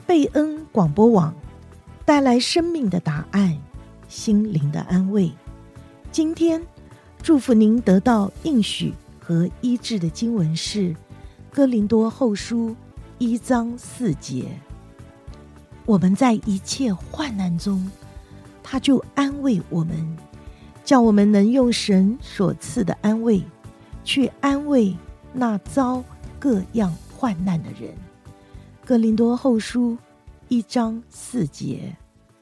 贝恩广播网，带来生命的答案，心灵的安慰。今天祝福您得到应许和医治的经文是哥林多后书1章4节。我们在一切患难中，他就安慰我们，叫我们能用神所赐的安慰去安慰那遭各样患难的人。哥林多后书1章4节。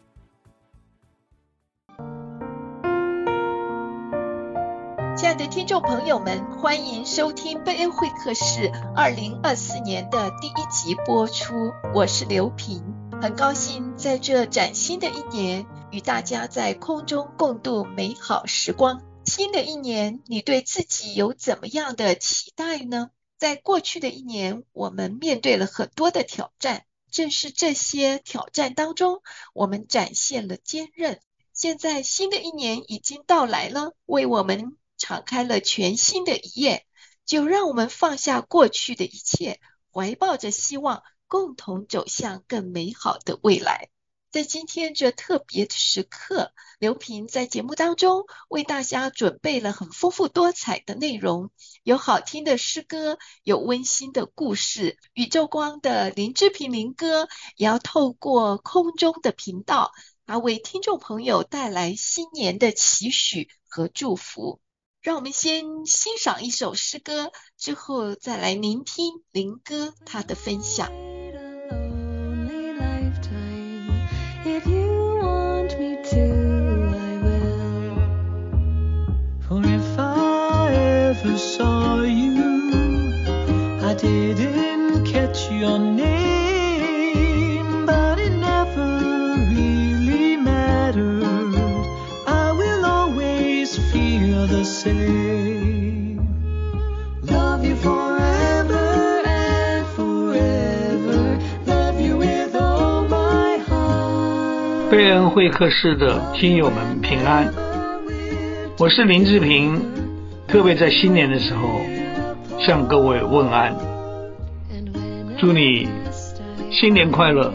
亲爱的听众朋友们，欢迎收听贝恩会客室2024年的第1集播出，我是刘萍，很高兴在这崭新的一年与大家在空中共度美好时光。新的一年，你对自己有怎么样的期待呢？在过去的一年，我们面对了很多的挑战，正是这些挑战当中，我们展现了坚韧。现在新的一年已经到来了，为我们敞开了全新的一页，就让我们放下过去的一切，怀抱着希望，共同走向更美好的未来。在今天这特别的时刻，刘萍在节目当中为大家准备了很丰富多彩的内容，有好听的诗歌，有温馨的故事。宇宙光的林志平林哥也要透过空中的频道，他为听众朋友带来新年的期许和祝福。让我们先欣赏一首诗歌，之后再来聆听林哥他的分享。 For if I ever saw you, I didn't catch your name, but it never really mattered. I will always feel the same. Love you forever and forever. Love you with all my heart. 贝恩会客室的听友们平安，我是林志平，特别在新年的时候向各位问安，祝你新年快乐，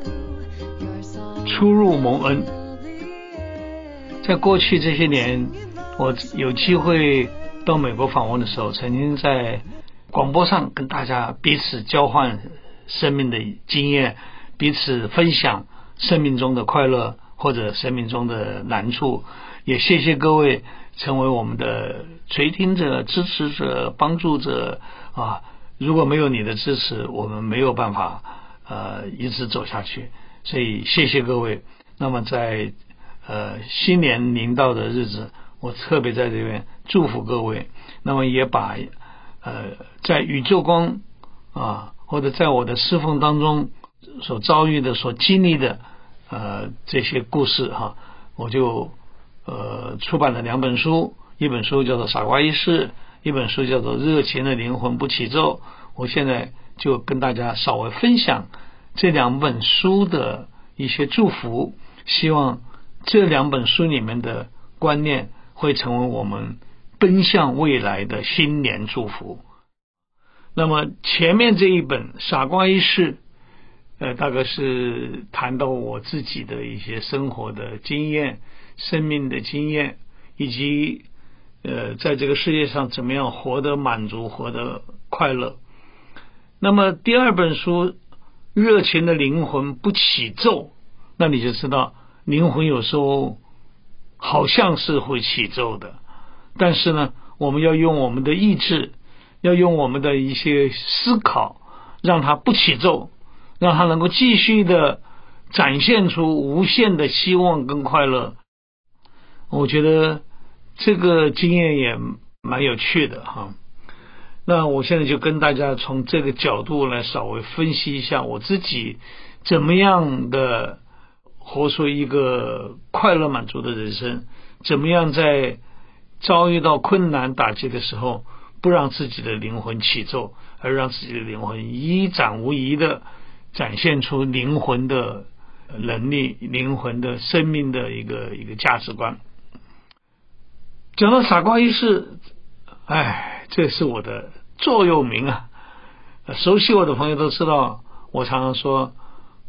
出入蒙恩。在过去这些年，我有机会到美国访问的时候，曾经在广播上跟大家彼此交换生命的经验，彼此分享生命中的快乐或者生命中的难处。也谢谢各位成为我们的垂听者、支持者、帮助者啊！如果没有你的支持，我们没有办法一直走下去。所以谢谢各位。那么在新年临到的日子，我特别在这边祝福各位。那么也把在宇宙光或者在我的侍奉当中所遭遇的、所经历的这些故事我就出版了2本书，一本书叫做《傻瓜医师》，一本书叫做《热情的灵魂不起奏》。我现在就跟大家稍微分享这2本书的一些祝福，希望这2本书里面的观念会成为我们奔向未来的新年祝福。那么前面这一本《傻瓜医师》大概是谈到我自己的一些生活的经验、生命的经验，以及在这个世界上怎么样活得满足、活得快乐。那么第2本书《热情的灵魂不起奏》，那你就知道灵魂有时候好像是会起奏的，但是呢，我们要用我们的意志，要用我们的一些思考，让它不起奏，让它能够继续的展现出无限的希望跟快乐。我觉得这个经验也蛮有趣的那我现在就跟大家从这个角度来稍微分析一下我自己怎么样的活出一个快乐满足的人生，怎么样在遭遇到困难打击的时候，不让自己的灵魂起奏，而让自己的灵魂一展无遗的展现出灵魂的能力、灵魂的生命的一个价值观。讲到傻瓜医师，这是我的座右铭熟悉我的朋友都知道，我常常说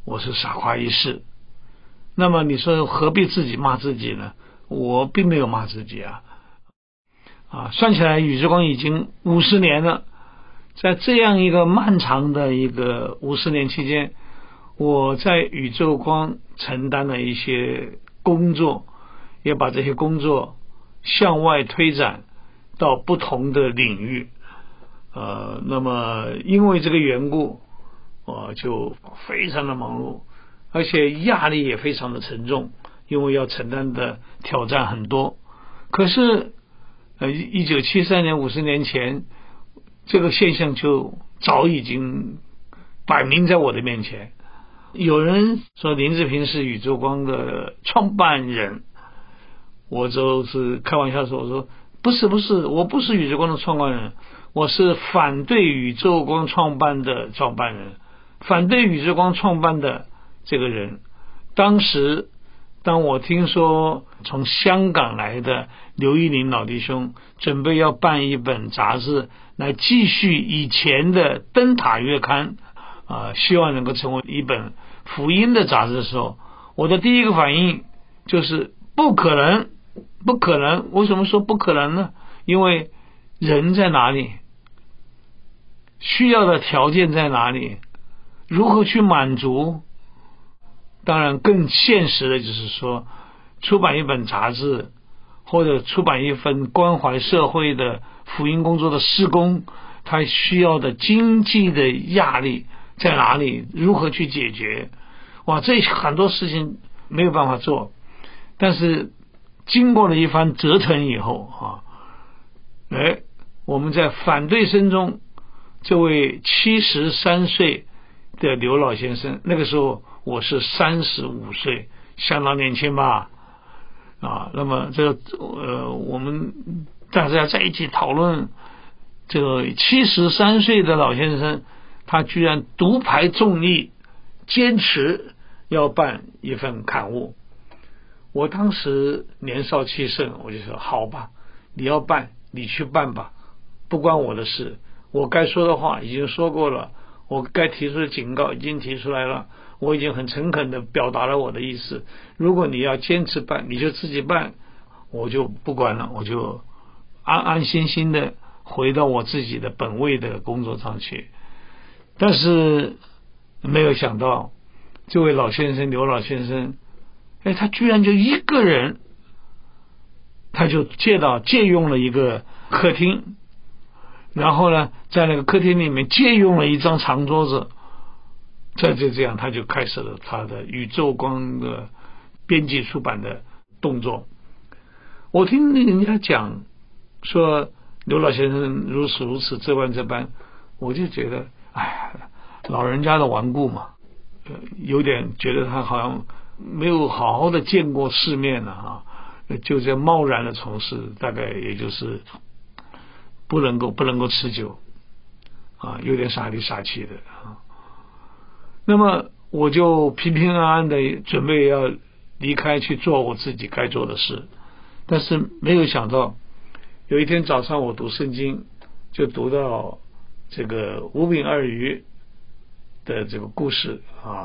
我是傻瓜一世。那么你说何必自己骂自己呢？我并没有骂自己算起来宇志光已经50年了。在这样一个漫长的一个50年期间，我在宇宙光承担了一些工作，也把这些工作向外推展到不同的领域。那么因为这个缘故，我就非常的忙碌，而且压力也非常的沉重，因为要承担的挑战很多。可是1973年50年前，这个现象就早已经摆明在我的面前。有人说林志平是宇宙光的创办人，我就是开玩笑说，我说不是，我不是宇宙光的创办人，我是反对宇宙光创办的创办人，反对宇宙光创办的这个人。当时当我听说从香港来的刘一林老弟兄准备要办一本杂志来继续以前的灯塔月刊，希望能够成为一本福音的杂志的时候，我的第一个反应就是不可能。为什么说不可能呢？因为人在哪里，需要的条件在哪里，如何去满足？当然更现实的就是说，出版一本杂志或者出版一份关怀社会的福音工作的事工，它需要的经济的压力在哪里，如何去解决？这很多事情没有办法做。但是经过了一番折腾以后我们在反对声中，这位73岁的刘老先生，那个时候我是35岁，相当年轻吧那么我们大家在一起讨论，这个73岁的老先生，他居然独排众议，坚持要办一份刊物。我当时年少气盛，我就说好吧，你要办你去办吧，不关我的事，我该说的话已经说过了，我该提出的警告已经提出来了，我已经很诚恳的表达了我的意思。如果你要坚持办，你就自己办，我就不管了，我就安安心心的回到我自己的本位的工作上去。但是没有想到，这位老先生刘老先生，他居然就一个人，他就借用了一个客厅，然后呢在那个客厅里面借用了一张长桌子，这样他就开始了他的宇宙光的编辑出版的动作。我听人家讲说刘老先生如此这般，我就觉得老人家的顽固嘛，有点觉得他好像没有好好的见过世面了就这贸然的从事，大概也就是不能够持久有点傻里傻气的那么我就平平安安的准备要离开去做我自己该做的事。但是没有想到，有一天早上我读圣经，就读到这个五饼二鱼的这个故事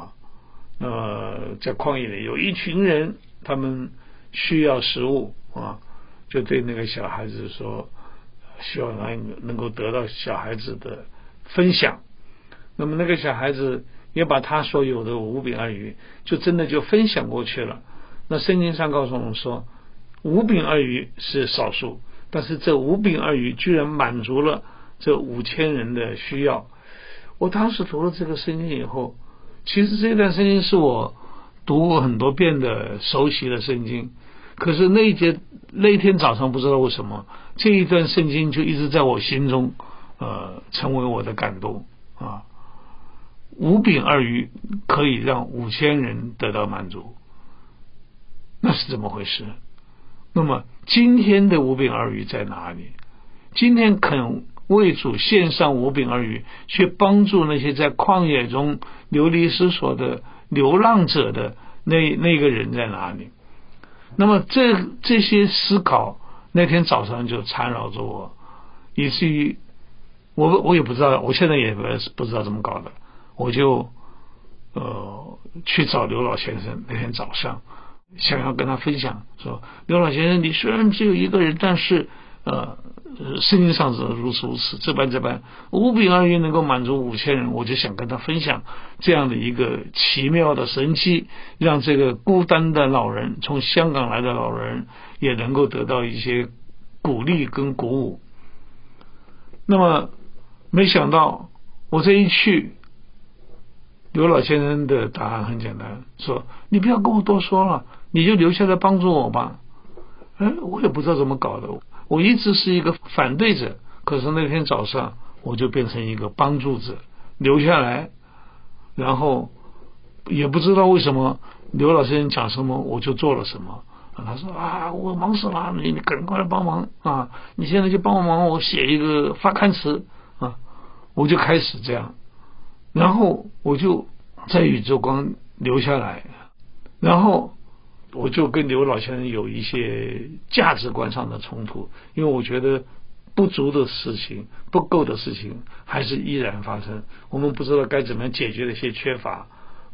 在旷野里有一群人，他们需要食物就对那个小孩子说，希望他能够得到小孩子的分享。那么那个小孩子也把他所有的五饼二鱼就真的就分享过去了。那圣经上告诉我们说，五饼二鱼是少数，但是这五饼二鱼居然满足了这5000人的需要。我当时读了这个圣经以后，其实这段圣经是我读过很多遍的熟悉的圣经，可是那一天早上不知道为什么，这一段圣经就一直在我心中成为我的感动五饼二鱼可以让5000人得到满足，那是怎么回事？那么今天的五饼二鱼在哪里？今天肯为主献上五饼二鱼，去帮助那些在旷野中流离失所的流浪者的那个人在哪里？那么这些思考那天早上就缠绕着我，以至于我也不知道，我现在也不知道怎么搞的，我就去找刘老先生，那天早上想要跟他分享说，刘老先生，你虽然只有一个人，但是圣经上是如此如此，这般5饼2鱼能够满足5000人，我就想跟他分享这样的一个奇妙的神迹，让这个孤单的老人，从香港来的老人也能够得到一些鼓励跟鼓舞。那么没想到我这一去，刘老先生的答案很简单，说你不要跟我多说了，你就留下来帮助我吧。我也不知道怎么搞的，我一直是一个反对者，可是那天早上我就变成一个帮助者，留下来，然后也不知道为什么刘老先生讲什么我就做了什么。他说我忙死了，你赶快来帮忙啊！你现在就帮我忙，我写一个发刊词啊！我就开始这样，然后我就在宇宙光留下来，然后我就跟刘老先生有一些价值观上的冲突，因为我觉得不足的事情、不够的事情还是依然发生，我们不知道该怎么样解决那些缺乏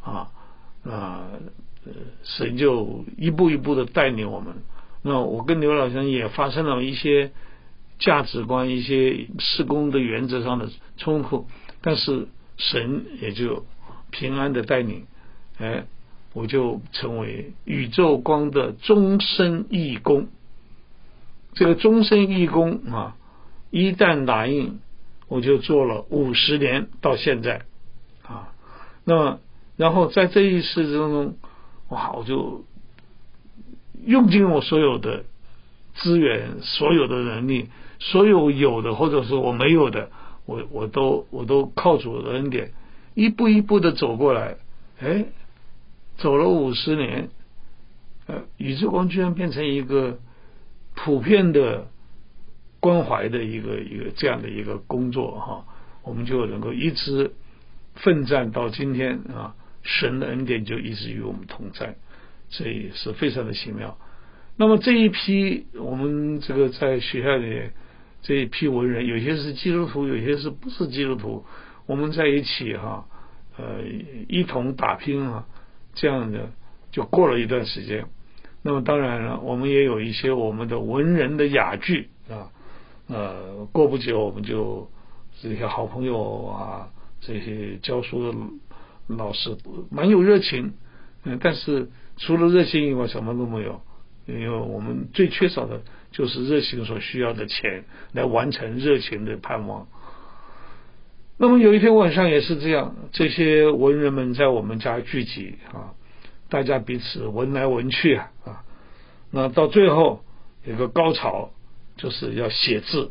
神就一步一步的带领我们。那我跟刘老先生也发生了一些价值观、一些事工的原则上的冲突，但是神也就平安的带领，我就成为宇宙光的终身义工。这个终身义工一旦打印，我就做了50年到现在那么然后在这一世之中，我就用尽我所有的资源、所有的能力，所有有的或者是我没有的，我都靠主的恩典一步一步的走过来。走了50年，宇宙光居然变成一个普遍的关怀的一个这样的一个工作我们就能够一直奋战到今天神的恩典就一直与我们同在，这也是非常的奇妙。那么这一批我们这个在学校里这一批文人，有些是基督徒，有些是不是基督徒，我们在一起一同打拼这样的就过了一段时间。那么当然了，我们也有一些我们的文人的雅聚过不久我们就这些好朋友这些教书的老师蛮有热情，但是除了热情以外什么都没有，因为我们最缺少的就是热情所需要的钱来完成热情的盼望。那么有一天晚上也是这样，这些文人们在我们家聚集大家彼此文来文去那到最后有个高潮，就是要写字，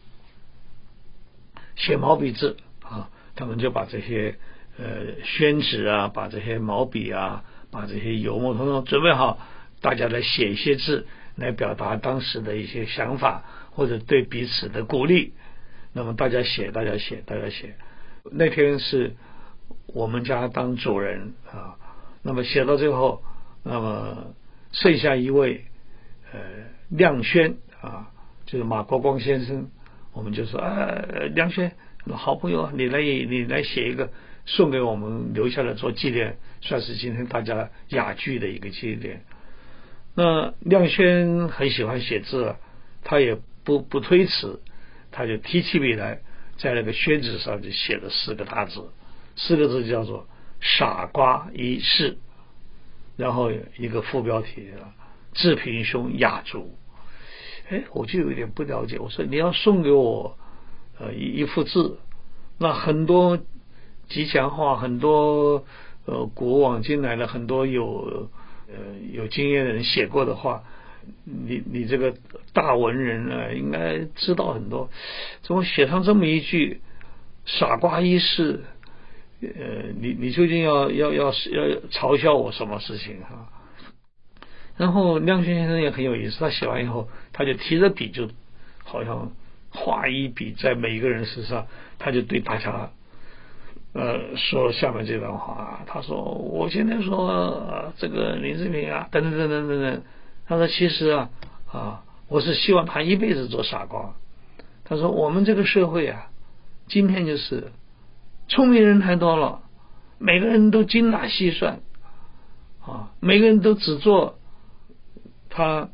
写毛笔字他们就把这些宣纸把这些毛笔把这些油墨统统准备好，大家来写一些字来表达当时的一些想法或者对彼此的鼓励。那么大家写。那天是我们家当主人那么写到最后，那么剩下一位亮轩就是马国光先生，我们就说亮轩好朋友，你来写一个送给我们留下来做纪念，算是今天大家雅聚的一个纪念。那亮轩很喜欢写字他也不推辞，他就提起笔来，在那个宣纸上就写了4个大字，4个字叫做傻瓜一世，然后一个副标题志平兄雅竹。我就有点不了解，我说你要送给我一幅字，那很多吉祥话，很多古往今来的很多有经验的人写过的话，你这个大文人应该知道很多，怎么写上这么一句傻瓜一世，你究竟要嘲笑我什么事情然后亮轩先生也很有意思，他写完以后他就提着笔，就好像画一笔在每一个人身上，他就对大家说下面这段话。他说我现在说这个林志平等等，他说其实我是希望他一辈子做傻瓜。他说我们这个社会今天就是聪明人太多了，每个人都精打细算每个人都只做他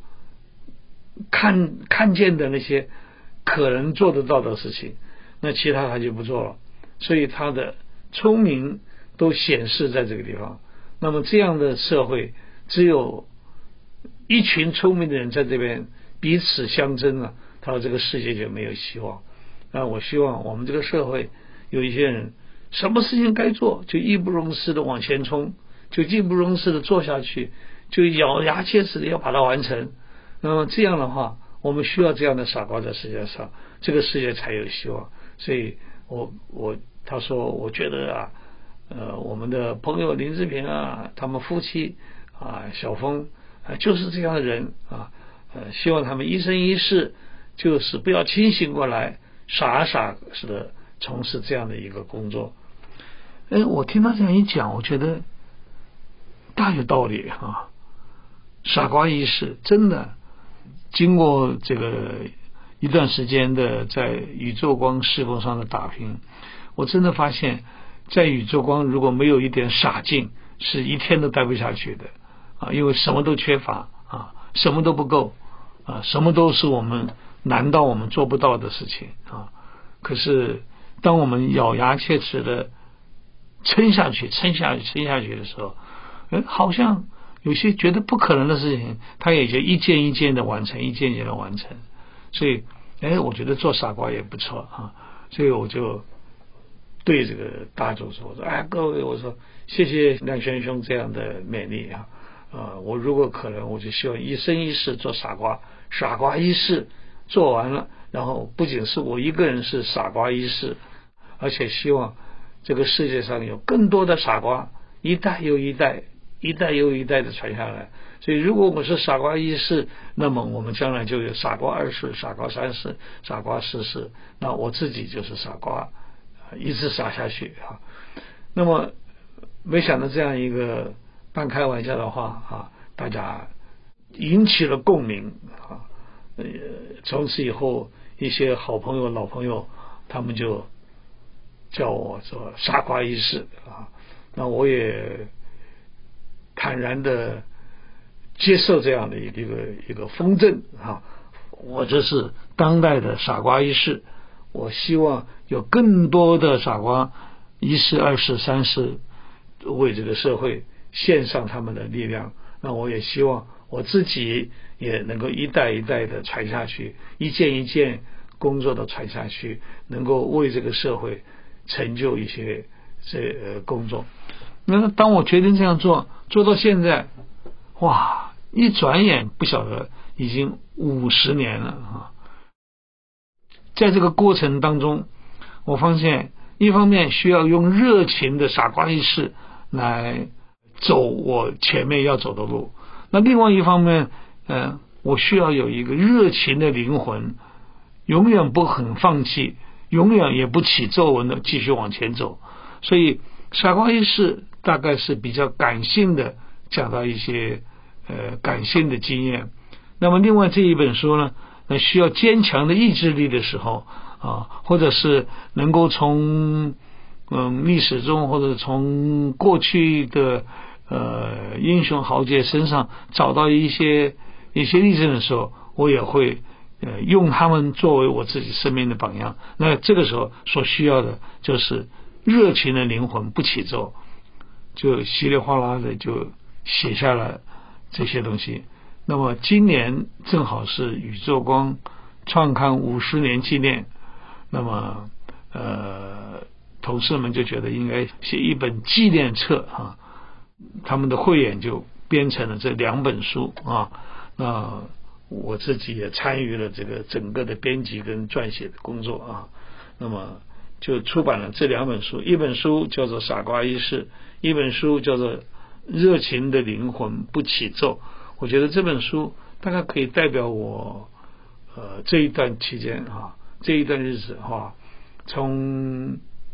看见的那些可能做得到的事情，那其他他就不做了，所以他的聪明都显示在这个地方。那么这样的社会，只有一群聪明的人在这边彼此相争了，他说这个世界就没有希望。那我希望我们这个社会有一些人，什么事情该做就义不容辞的往前冲，就义不容辞的做下去，就咬牙切齿的要把它完成。那么这样的话，我们需要这样的傻瓜在世界上，这个世界才有希望。所以他说我觉得啊，我们的朋友林志平啊，他们夫妻啊，小峰就是这样的人啊，希望他们一生一世就是不要清醒过来，傻似的从事这样的一个工作。我听他这样一讲，我觉得大有道理啊。傻瓜意识真的经过这个一段时间的在宇宙光侍奉上的打拼，我真的发现在宇宙光如果没有一点傻劲，是一天都待不下去的啊，因为什么都缺乏啊，什么都不够啊，什么都是难道我们做不到的事情啊。可是当我们咬牙切齿的撑下去的时候，好像有些觉得不可能的事情，他也就一件一件的完成。所以我觉得做傻瓜也不错啊。所以我就对这个大众说，我说各位，我说谢谢亮轩兄这样的勉励啊。我如果可能，我就希望一生一世做傻瓜一世做完了，然后不仅是我一个人是傻瓜一世，而且希望这个世界上有更多的傻瓜，一代又一代的传下来。所以如果我们是傻瓜一世，那么我们将来就有傻瓜二世、傻瓜三世、傻瓜四世，那我自己就是傻瓜，一直傻下去啊。那么没想到这样一个半开玩笑的话啊，大家引起了共鸣啊。从此以后，一些好朋友、老朋友，他们就叫我做傻瓜一世啊。那我也坦然的接受这样的一个风筝啊。我这是当代的傻瓜一世，我希望有更多的傻瓜一世、二世、三世为这个社会献上他们的力量。那我也希望我自己也能够一代一代的传下去，一件一件工作的传下去，能够为这个社会成就一些工作。那当我决定这样做到现在，哇，一转眼不晓得已经50年了啊！在这个过程当中，我发现一方面需要用热情的傻瓜意识来走我前面要走的路，那另外一方面我需要有一个热情的灵魂，永远不肯放弃，永远也不起皱纹的继续往前走。所以傻瓜意识大概是比较感性的，讲到一些感性的经验。那么另外这一本书呢，需要坚强的意志力的时候啊，或者是能够从历史中或者从过去的英雄豪杰身上找到一些例证的时候，我也会用他们作为我自己生命的榜样。那这个时候所需要的就是热情的灵魂不起皱，就稀里哗啦的就写下了这些东西。那么今年正好是宇宙光创刊50年纪念，那么同事们就觉得应该写一本纪念册啊，他们的慧眼就编成了这2本书啊。那我自己也参与了这个整个的编辑跟撰写的工作啊。那么就出版了这2本书，一本书叫做傻瓜一世，一本书叫做热情的灵魂不起皱。我觉得这本书大概可以代表我这一段期间啊，这一段日子哈，从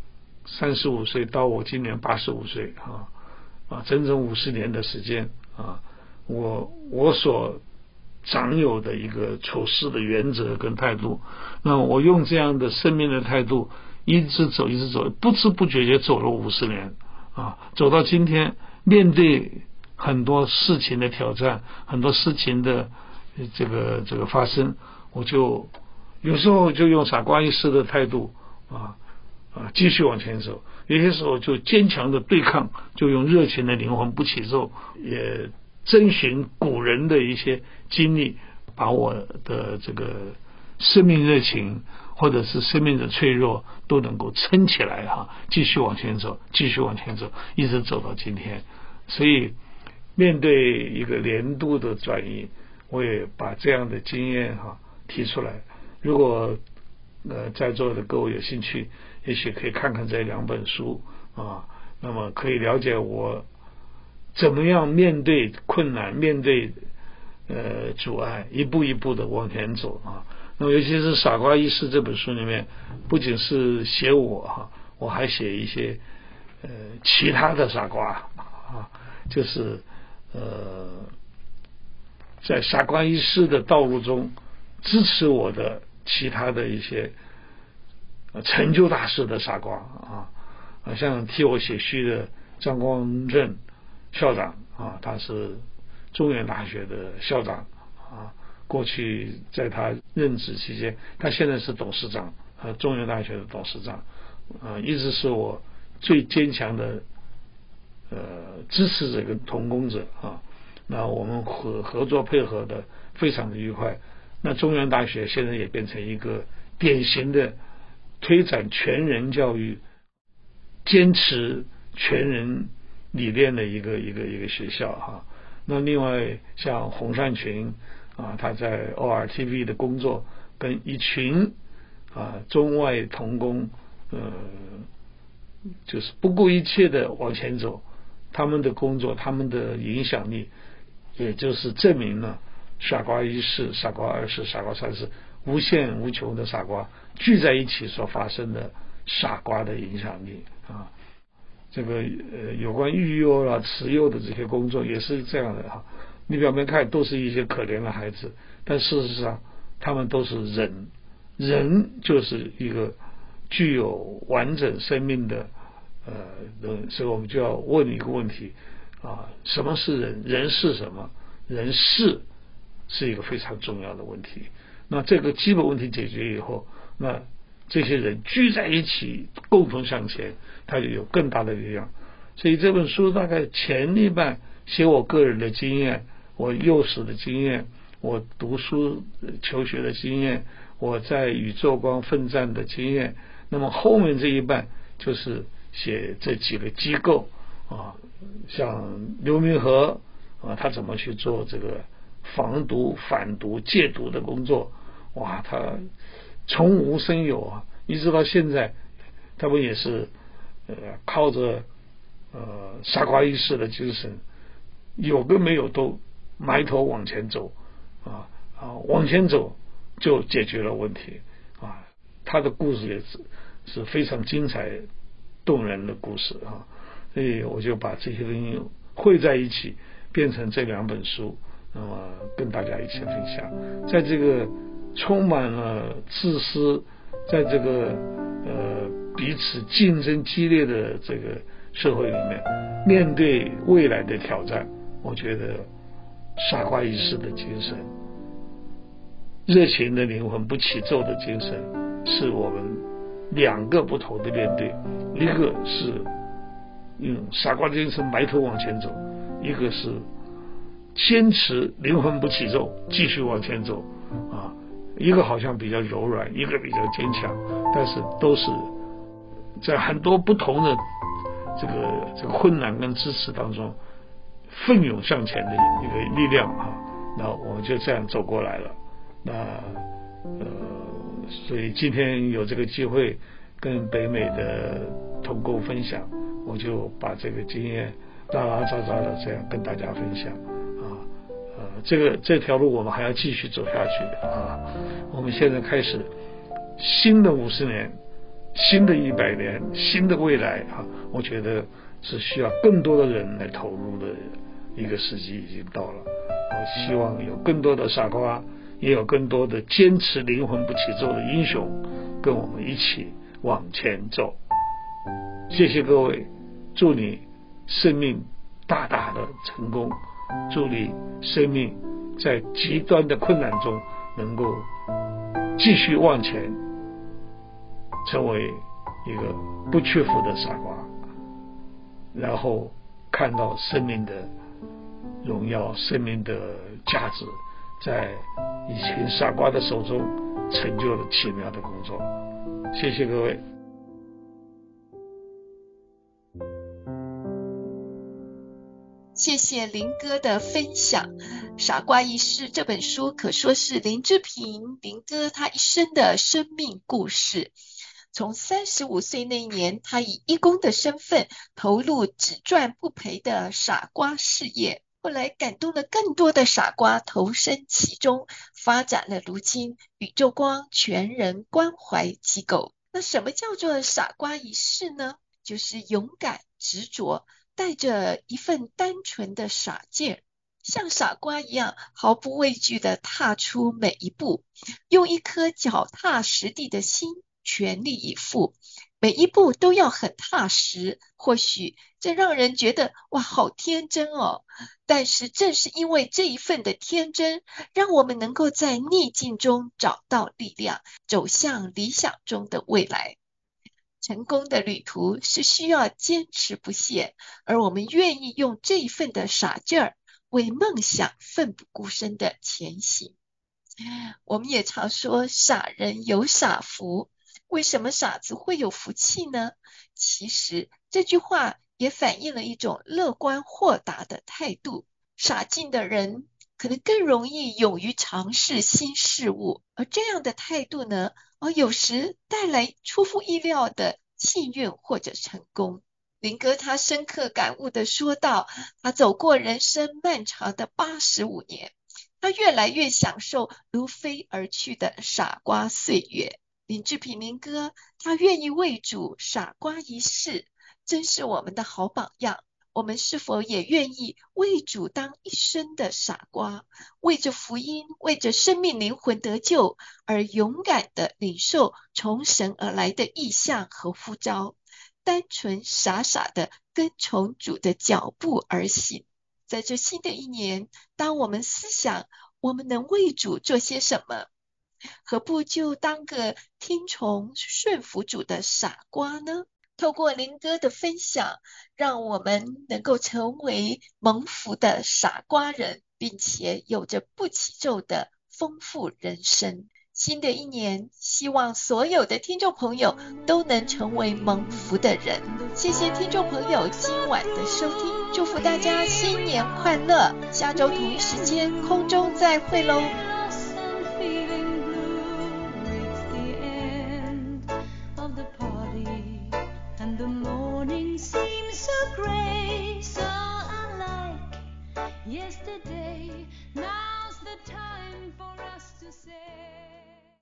35岁到我今年85岁整整50年的时间啊，我所长有的一个处事的原则跟态度，那我用这样的生命的态度一直走，不知不觉就走了50年啊，走到今天，面对很多事情的挑战，很多事情的这个发生，我就有时候就用傻瓜医师的态度继续往前走，有些时候就坚强的对抗，就用热情的灵魂不起皱，也遵循古人的一些经历，把我的这个生命热情或者是生命的脆弱都能够撑起来继续往前走，继续往前走，一直走到今天。所以面对一个年度的转移，我也把这样的经验提出来。如果在座的各位有兴趣，也许可以看看这2本书那么可以了解我怎么样面对困难，面对阻碍，一步一步的往前走那么尤其是傻瓜医师这本书里面，不仅是写我还写一些其他的傻瓜就是在傻瓜医师的道路中支持我的其他的一些成就大事的傻瓜像替我写序的张光正校长他是中原大学的校长过去在他任职期间，他现在是董事长中原大学的董事长一直是我最坚强的支持者跟同工者那我们合作配合的非常的愉快。那中原大学现在也变成一个典型的推展全人教育、坚持全人理念的一个学校那另外像洪善群他在 ORTV 的工作，跟一群中外同工就是不顾一切的往前走，他们的工作，他们的影响力，也就是证明了傻瓜一世、傻瓜二世、傻瓜三世，无限无穷的傻瓜聚在一起所发生的傻瓜的影响力这个有关育幼啦、慈幼的这些工作也是这样的你表面看都是一些可怜的孩子，但事实上他们都是人，人就是一个具有完整生命的人，所以我们就要问一个问题什么是人？人是什么？人是一个非常重要的问题。那这个基本问题解决以后，那这些人聚在一起共同向前，他就有更大的力量。所以这本书大概前一半写我个人的经验，我幼时的经验，我读书求学的经验，我在宇宙光奋战的经验，那么后面这一半就是写这几个机构像刘明和他怎么去做这个防毒、反毒、戒毒的工作他从无生有一直到现在，他们也是靠着傻瓜医师的精神，有跟没有都埋头往前走往前走就解决了问题他的故事也是非常精彩动人的故事所以我就把这些东西汇在一起，变成这2本书，那么跟大家一起分享。在这个充满了自私，在这个彼此竞争激烈的这个社会里面，面对未来的挑战，我觉得傻瓜医师的精神，热情的灵魂不起皱的精神，是我们2个不同的面对，一个是用傻瓜精神埋头往前走，一个是坚持灵魂不起皱继续往前走一个好像比较柔软，一个比较坚强，但是都是在很多不同的这个困难跟支持当中奋勇向前的一个力量那我们就这样走过来了。那所以今天有这个机会跟北美的同工分享，我就把这个经验拉拉杂杂的这样跟大家分享这条路我们还要继续走下去我们现在开始新的50年，新的100年，新的未来我觉得是需要更多的人来投入的一个时机已经到了。我希望有更多的傻瓜，也有更多的坚持灵魂不起皱的英雄跟我们一起往前走。谢谢各位，祝你生命大大的成功，祝你生命在极端的困难中能够继续往前，成为一个不屈服的傻瓜，然后看到生命的荣耀，生命的价值在一群傻瓜的手中成就了奇妙的工作。谢谢各位。 谢谢林哥的分享。《傻瓜一世》这本书可说是林志平林哥他一生的生命故事。从35岁那一年，他以义工的身份投入只赚不赔的傻瓜事业，后来感动了更多的傻瓜投身其中，发展了如今宇宙光全人关怀机构。那什么叫做傻瓜一世呢？就是勇敢执着，带着一份单纯的傻劲儿，像傻瓜一样毫不畏惧地踏出每一步，用一颗脚踏实地的心全力以赴，每一步都要很踏实。或许这让人觉得哇，好天真哦，但是正是因为这一份的天真，让我们能够在逆境中找到力量，走向理想中的未来。成功的旅途是需要坚持不懈，而我们愿意用这一份的傻劲儿，为梦想奋不顾身的前行。我们也常说傻人有傻福，为什么傻子会有福气呢？其实这句话也反映了一种乐观豁达的态度。傻劲的人可能更容易勇于尝试新事物，而这样的态度呢，有时带来出乎意料的幸运或者成功。林哥他深刻感悟地说道，他走过人生漫长的85年，他越来越享受如飞而去的傻瓜岁月。林志平林哥他愿意为主傻瓜一世，真是我们的好榜样。我们是否也愿意为主当一生的傻瓜，为着福音，为着生命灵魂得救而勇敢地领受从神而来的意象和呼召，单纯傻傻地跟从主的脚步而行。在这新的一年，当我们思想我们能为主做些什么，何不就当个听从顺服主的傻瓜呢？透过林哥的分享，让我们能够成为蒙福的傻瓜人，并且有着不起皱的丰富人生。新的一年，希望所有的听众朋友都能成为蒙福的人。谢谢听众朋友今晚的收听，祝福大家新年快乐，下周同一时间空中再会喽。 Yesterday, now's the time for us to say